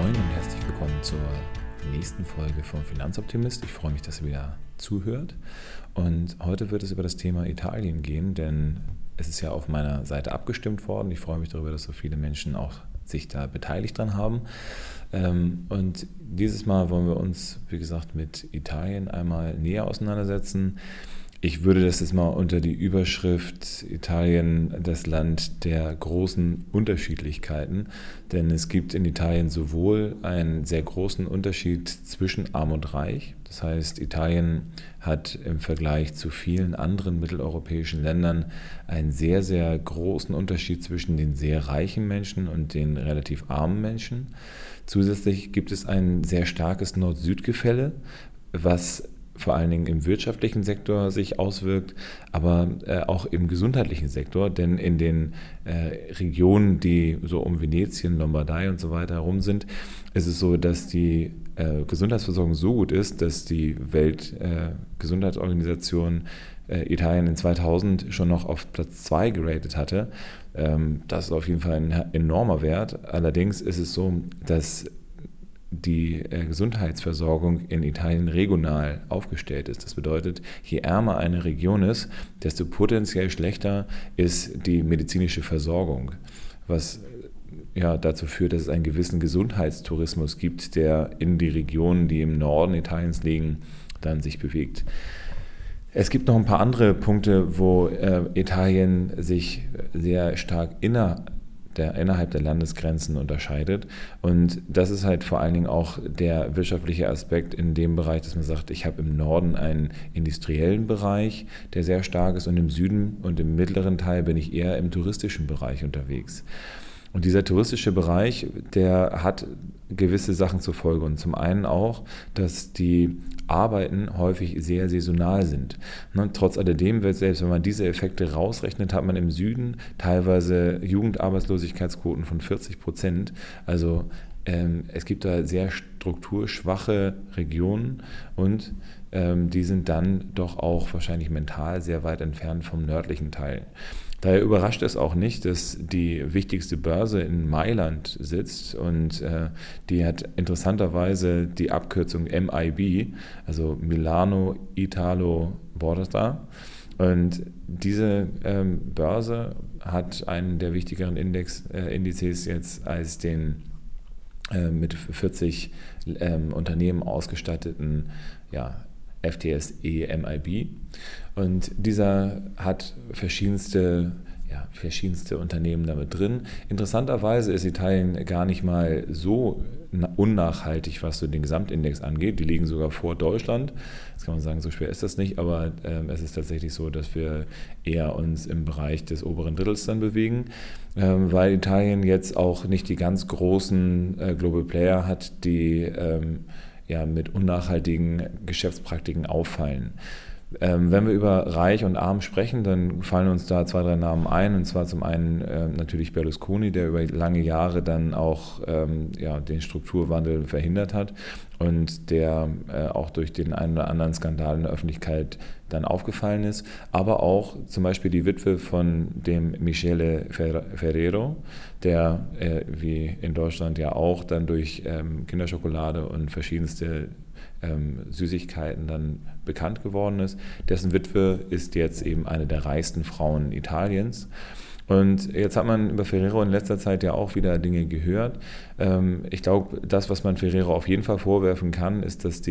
Moin und herzlich willkommen zur nächsten Folge von Finanzoptimist. Ich freue mich, dass ihr wieder zuhört. Und heute wird es über das Thema Italien gehen, denn es ist ja auf meiner Seite abgestimmt worden. Ich freue mich darüber, dass so viele Menschen auch sich da beteiligt dran haben. Und dieses Mal wollen wir uns, wie gesagt, mit Italien einmal näher auseinandersetzen. Ich würde das jetzt mal unter die Überschrift Italien, das Land der großen Unterschiedlichkeiten, denn es gibt in Italien sowohl einen sehr großen Unterschied zwischen Arm und Reich. Das heißt, Italien hat im Vergleich zu vielen anderen mitteleuropäischen Ländern einen sehr, sehr großen Unterschied zwischen den sehr reichen Menschen und den relativ armen Menschen. Zusätzlich gibt es ein sehr starkes Nord-Süd-Gefälle, was vor allen Dingen im wirtschaftlichen Sektor sich auswirkt, aber auch im gesundheitlichen Sektor, denn in den Regionen, die so um Venetien, Lombardei und so weiter herum sind, ist es so, dass die Gesundheitsversorgung so gut ist, dass die Weltgesundheitsorganisation Italien in 2000 schon noch auf Platz 2 geratet hatte. Das ist auf jeden Fall ein enormer Wert. Allerdings ist es so, dass die Gesundheitsversorgung in Italien regional aufgestellt ist. Das bedeutet, je ärmer eine Region ist, desto potenziell schlechter ist die medizinische Versorgung, was ja dazu führt, dass es einen gewissen Gesundheitstourismus gibt, der in die Regionen, die im Norden Italiens liegen, dann sich bewegt. Es gibt noch ein paar andere Punkte, wo Italien sich sehr stark innerhalb der Landesgrenzen unterscheidet. Und das ist halt vor allen Dingen auch der wirtschaftliche Aspekt in dem Bereich, dass man sagt, ich habe im Norden einen industriellen Bereich, der sehr stark ist, und im Süden und im mittleren Teil bin ich eher im touristischen Bereich unterwegs. Und dieser touristische Bereich, der hat gewisse Sachen zur Folge. Und zum einen auch, dass die Arbeiten häufig sehr saisonal sind. Trotz alledem, selbst wenn man diese Effekte rausrechnet, hat man im Süden teilweise Jugendarbeitslosigkeitsquoten von 40%. Also es gibt da sehr strukturschwache Regionen und die sind dann doch auch wahrscheinlich mental sehr weit entfernt vom nördlichen Teil. Daher überrascht es auch nicht, dass die wichtigste Börse in Mailand sitzt und die hat interessanterweise die Abkürzung MIB, also Milano Italo Borsa. Und diese Börse hat einen der wichtigeren Indizes jetzt als den mit 40 Unternehmen ausgestatteten FTSE MIB, und dieser hat verschiedenste Unternehmen damit drin. Interessanterweise ist Italien gar nicht mal so unnachhaltig, was so den Gesamtindex angeht. Die liegen sogar vor Deutschland. Das kann man sagen, so schwer ist das nicht, aber es ist tatsächlich so, dass wir eher uns im Bereich des oberen Drittels dann bewegen, weil Italien jetzt auch nicht die ganz großen Global Player hat, die mit unnachhaltigen Geschäftspraktiken auffallen. Wenn wir über Reich und Arm sprechen, dann fallen uns da 2, 3 Namen ein, und zwar zum einen natürlich Berlusconi, der über lange Jahre dann auch den Strukturwandel verhindert hat und der auch durch den einen oder anderen Skandal in der Öffentlichkeit dann aufgefallen ist, aber auch zum Beispiel die Witwe von dem Michele Ferrero, der wie in Deutschland ja auch dann durch Kinderschokolade und verschiedenste Süßigkeiten dann bekannt geworden ist. Dessen Witwe ist jetzt eben eine der reichsten Frauen Italiens. Und jetzt hat man über Ferrero in letzter Zeit ja auch wieder Dinge gehört. Ich glaube, das, was man Ferrero auf jeden Fall vorwerfen kann, ist, dass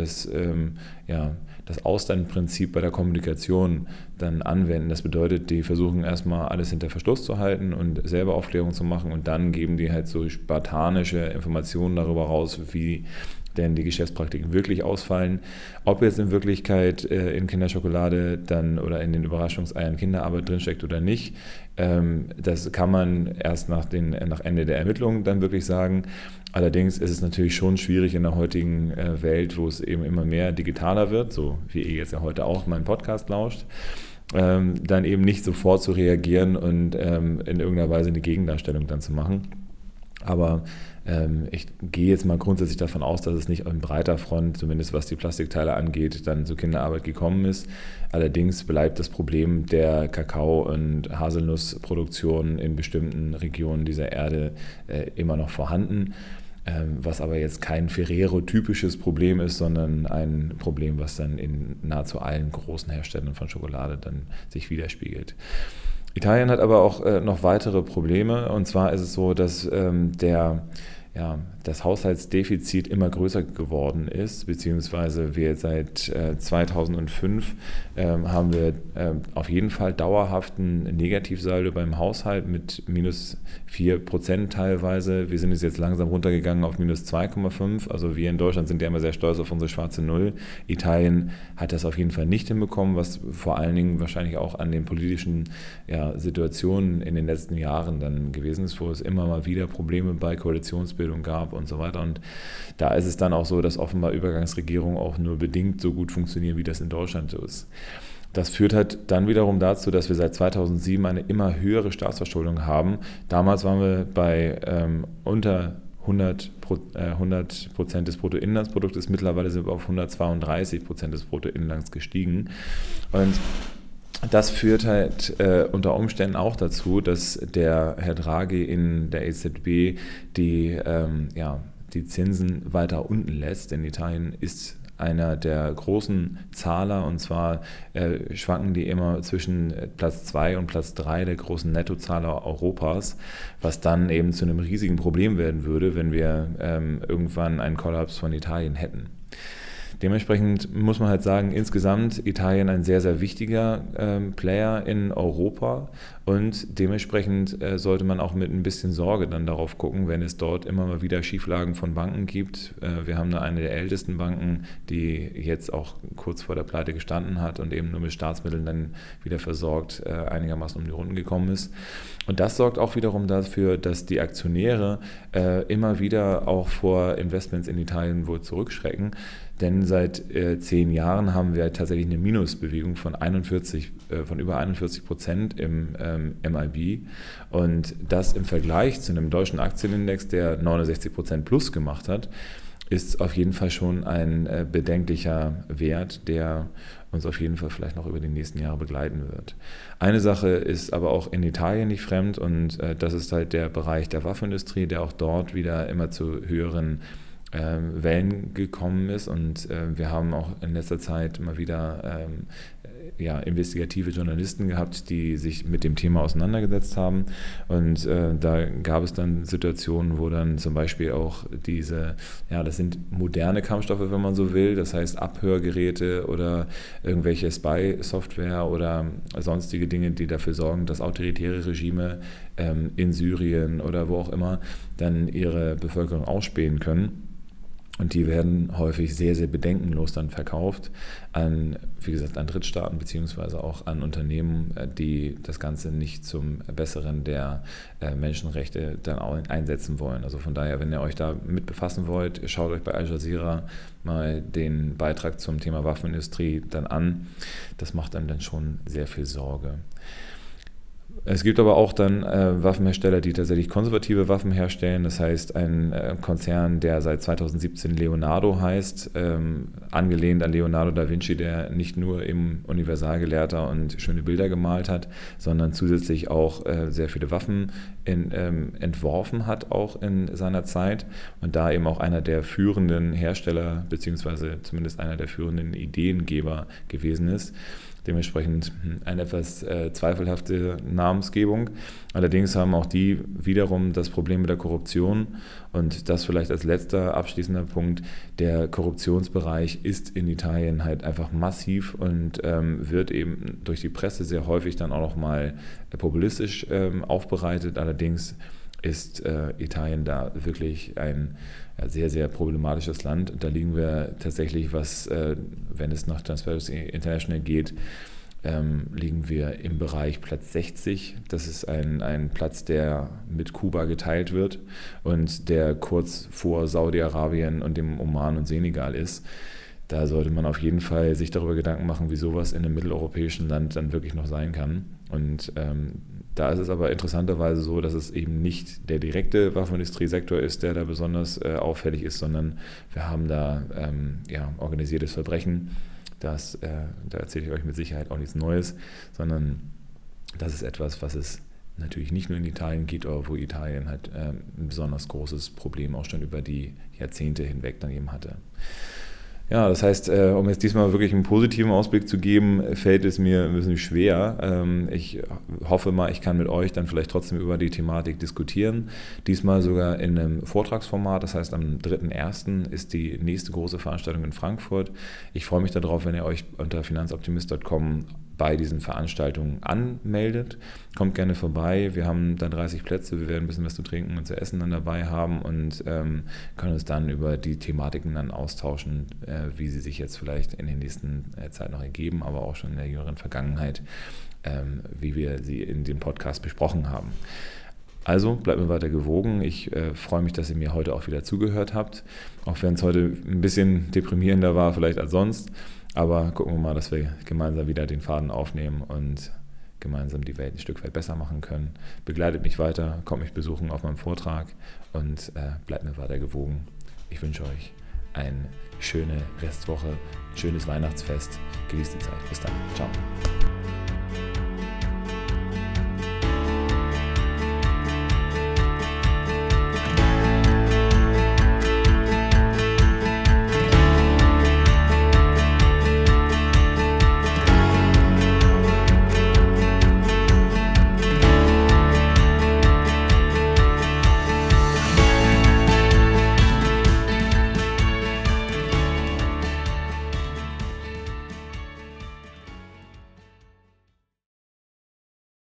das Austernprinzip bei der Kommunikation dann anwenden. Das bedeutet, die versuchen erstmal alles hinter Verschluss zu halten und selber Aufklärung zu machen, und dann geben die halt so spartanische Informationen darüber raus, wie denn die Geschäftspraktiken wirklich ausfallen. Ob jetzt in Wirklichkeit in Kinderschokolade dann oder in den Überraschungseiern Kinderarbeit drinsteckt oder nicht, das kann man erst nach Ende der Ermittlungen dann wirklich sagen. Allerdings ist es natürlich schon schwierig in der heutigen Welt, wo es eben immer mehr digitaler wird, so wie ihr jetzt ja heute auch meinen Podcast lauscht, dann eben nicht sofort zu reagieren und in irgendeiner Weise eine Gegendarstellung dann zu machen. Aber ich gehe jetzt mal grundsätzlich davon aus, dass es nicht an breiter Front, zumindest was die Plastikteile angeht, dann zu Kinderarbeit gekommen ist. Allerdings bleibt das Problem der Kakao- und Haselnussproduktion in bestimmten Regionen dieser Erde immer noch vorhanden. was aber jetzt kein Ferrero-typisches Problem ist, sondern ein Problem, was dann in nahezu allen großen Herstellern von Schokolade dann sich widerspiegelt. Italien hat aber auch noch weitere Probleme, und zwar ist es so, dass das Haushaltsdefizit immer größer geworden ist, beziehungsweise wir seit 2005 haben wir auf jeden Fall dauerhaft ein Negativsaldo beim Haushalt mit -4% teilweise. Wir sind jetzt langsam runtergegangen auf -2,5. Also wir in Deutschland sind ja immer sehr stolz auf unsere schwarze Null. Italien hat das auf jeden Fall nicht hinbekommen, was vor allen Dingen wahrscheinlich auch an den politischen Situationen in den letzten Jahren dann gewesen ist, wo es immer mal wieder Probleme bei Koalitionsbildung gab und so weiter. Und da ist es dann auch so, dass offenbar Übergangsregierungen auch nur bedingt so gut funktionieren, wie das in Deutschland so ist. Das führt halt dann wiederum dazu, dass wir seit 2007 eine immer höhere Staatsverschuldung haben. Damals waren wir bei unter 100% des Bruttoinlandsproduktes, mittlerweile sind wir auf 132% des Bruttoinlands gestiegen. Und das führt halt unter Umständen auch dazu, dass der Herr Draghi in der EZB die Zinsen weiter unten lässt. In Italien ist einer der großen Zahler, und zwar schwanken die immer zwischen Platz 2 und Platz 3 der großen Nettozahler Europas, was dann eben zu einem riesigen Problem werden würde, wenn wir irgendwann einen Kollaps von Italien hätten. Dementsprechend muss man halt sagen, insgesamt Italien ein sehr, sehr wichtiger Player in Europa, und dementsprechend sollte man auch mit ein bisschen Sorge dann darauf gucken, wenn es dort immer mal wieder Schieflagen von Banken gibt. Wir haben da eine der ältesten Banken, die jetzt auch kurz vor der Pleite gestanden hat und eben nur mit Staatsmitteln dann wieder versorgt einigermaßen um die Runden gekommen ist. Und das sorgt auch wiederum dafür, dass die Aktionäre immer wieder auch vor Investments in Italien wohl zurückschrecken. Denn seit 10 Jahren haben wir tatsächlich eine Minusbewegung von über 41% im MIB. Und das im Vergleich zu einem deutschen Aktienindex, der 69% plus gemacht hat, ist auf jeden Fall schon ein bedenklicher Wert, der uns auf jeden Fall vielleicht noch über die nächsten Jahre begleiten wird. Eine Sache ist aber auch in Italien nicht fremd, und das ist halt der Bereich der Waffenindustrie, der auch dort wieder immer zu höheren Wellen gekommen ist, und wir haben auch in letzter Zeit mal wieder investigative Journalisten gehabt, die sich mit dem Thema auseinandergesetzt haben, und da gab es dann Situationen, wo dann zum Beispiel auch das sind moderne Kampfstoffe, wenn man so will, das heißt Abhörgeräte oder irgendwelche Spy-Software oder sonstige Dinge, die dafür sorgen, dass autoritäre Regime in Syrien oder wo auch immer dann ihre Bevölkerung ausspähen können. Und die werden häufig sehr, sehr bedenkenlos dann verkauft an Drittstaaten beziehungsweise auch an Unternehmen, die das Ganze nicht zum Besseren der Menschenrechte dann auch einsetzen wollen. Also von daher, wenn ihr euch da mit befassen wollt, schaut euch bei Al Jazeera mal den Beitrag zum Thema Waffenindustrie dann an. Das macht einem dann schon sehr viel Sorge. Es gibt aber auch dann Waffenhersteller, die tatsächlich konservative Waffen herstellen. Das heißt, ein Konzern, der seit 2017 Leonardo heißt, angelehnt an Leonardo da Vinci, der nicht nur im Universalgelehrter und schöne Bilder gemalt hat, sondern zusätzlich auch sehr viele Waffen entworfen hat, auch in seiner Zeit. Und da eben auch einer der führenden Hersteller, beziehungsweise zumindest einer der führenden Ideengeber gewesen ist. Dementsprechend eine etwas zweifelhafte Namensgebung. Allerdings haben auch die wiederum das Problem mit der Korruption. Und das vielleicht als letzter abschließender Punkt. Der Korruptionsbereich ist in Italien halt einfach massiv und wird eben durch die Presse sehr häufig dann auch nochmal populistisch aufbereitet. Allerdings ist Italien da wirklich ein sehr, sehr problematisches Land. Da liegen wir tatsächlich, wenn es nach Transparency International geht, liegen wir im Bereich Platz 60. Das ist ein Platz, der mit Kuba geteilt wird und der kurz vor Saudi-Arabien und dem Oman und Senegal ist. Da sollte man auf jeden Fall sich darüber Gedanken machen, wie sowas in einem mitteleuropäischen Land dann wirklich noch sein kann. Und da ist es aber interessanterweise so, dass es eben nicht der direkte Waffenindustriesektor ist, der da besonders auffällig ist, sondern wir haben da organisiertes Verbrechen. Da erzähle ich euch mit Sicherheit auch nichts Neues, sondern das ist etwas, was es natürlich nicht nur in Italien geht, aber wo Italien halt ein besonders großes Problem auch schon über die Jahrzehnte hinweg dann eben hatte. Ja, das heißt, um jetzt diesmal wirklich einen positiven Ausblick zu geben, fällt es mir ein bisschen schwer. Ich hoffe mal, ich kann mit euch dann vielleicht trotzdem über die Thematik diskutieren. Diesmal sogar in einem Vortragsformat, das heißt am 3.1. ist die nächste große Veranstaltung in Frankfurt. Ich freue mich darauf, wenn ihr euch unter finanzoptimist.com bei diesen Veranstaltungen anmeldet. Kommt gerne vorbei. Wir haben da 30 Plätze. Wir werden ein bisschen was zu trinken und zu essen dann dabei haben und können uns dann über die Thematiken dann austauschen, wie sie sich jetzt vielleicht in der nächsten Zeit noch ergeben, aber auch schon in der jüngeren Vergangenheit, wie wir sie in dem Podcast besprochen haben. Also bleibt mir weiter gewogen. Ich freue mich, dass ihr mir heute auch wieder zugehört habt, auch wenn es heute ein bisschen deprimierender war vielleicht als sonst. Aber gucken wir mal, dass wir gemeinsam wieder den Faden aufnehmen und gemeinsam die Welt ein Stück weit besser machen können. Begleitet mich weiter, kommt mich besuchen auf meinem Vortrag und bleibt mir weiter gewogen. Ich wünsche euch eine schöne Restwoche, ein schönes Weihnachtsfest. Genießt die Zeit. Bis dann. Ciao.